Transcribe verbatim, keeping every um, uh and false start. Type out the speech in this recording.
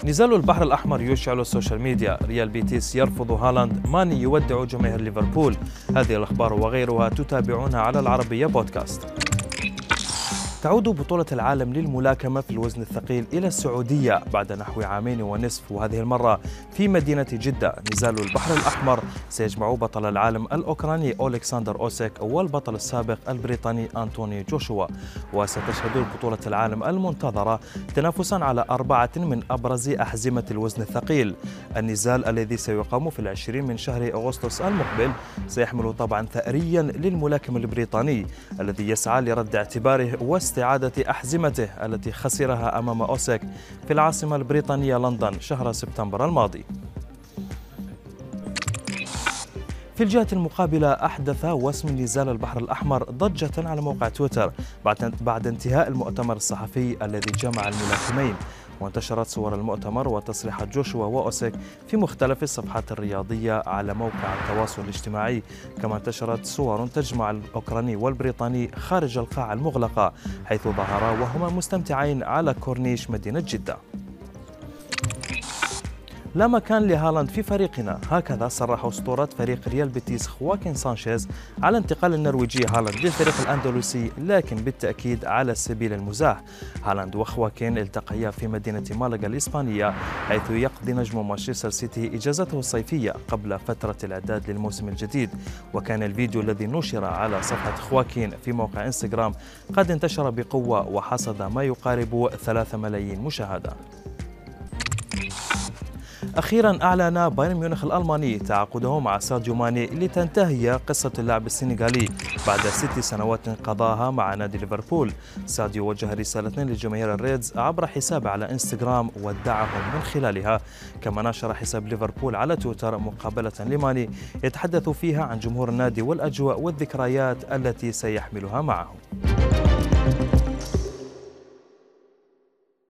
نزال البحر الأحمر يشعل السوشيال ميديا. ريال بيتيس يرفض هالاند. ماني يودع جماهير ليفربول. هذه الأخبار وغيرها تتابعونها على العربية بودكاست. تعود بطولة العالم للملاكمة في الوزن الثقيل إلى السعودية بعد نحو عامين ونصف، وهذه المرة في مدينة جدة. نزال البحر الأحمر سيجمع بطل العالم الأوكراني أولكسندر أوسيك والبطل السابق البريطاني أنتوني جوشوا. وستشهد بطولة العالم المنتظرة تنافسا على أربعة من أبرز أحزمة الوزن الثقيل. النزال الذي سيقام في العشرين من شهر أغسطس المقبل سيحمل طابعا ثأريا للملاكم البريطاني الذي يسعى لرد اعتباره واستعادة أحزمته التي خسرها أمام أوسيك في العاصمة البريطانية لندن شهر سبتمبر الماضي. في الجهة المقابلة، أحدث وسم نزال البحر الأحمر ضجة على موقع تويتر بعد بعد انتهاء المؤتمر الصحفي الذي جمع الملاكمين، وانتشرت صور المؤتمر وتصريحات جوشوا وأوسيك في مختلف الصفحات الرياضية على موقع التواصل الاجتماعي. كما انتشرت صور تجمع الأوكراني والبريطاني خارج القاعة المغلقة حيث ظهرا وهما مستمتعين على كورنيش مدينة جدة. لا مكان لهالاند في فريقنا، هكذا صرح أسطورة فريق ريال بيتيس خواكين سانشيز على انتقال النرويجي هالاند للفريق الأندلسي، لكن بالتأكيد على سبيل المزاح. هالاند وخواكين التقيا في مدينة مالاغا الإسبانية حيث يقضي نجم مانشستر سيتي إجازته الصيفية قبل فترة الإعداد للموسم الجديد. وكان الفيديو الذي نشر على صفحة خواكين في موقع انستغرام قد انتشر بقوة وحصد ما يقارب ثلاثة ملايين مشاهدة. أخيرا أعلن بايرن ميونخ الألماني تعاقده مع ساديو ماني لتنتهي قصة اللاعب السنغالي بعد ست سنوات قضاها مع نادي ليفربول. ساديو وجه رسالة لجماهير الريدز عبر حسابه على انستغرام ودعهم من خلالها. كما نشر حساب ليفربول على تويتر مقابلة لماني يتحدث فيها عن جمهور النادي والأجواء والذكريات التي سيحملها معه.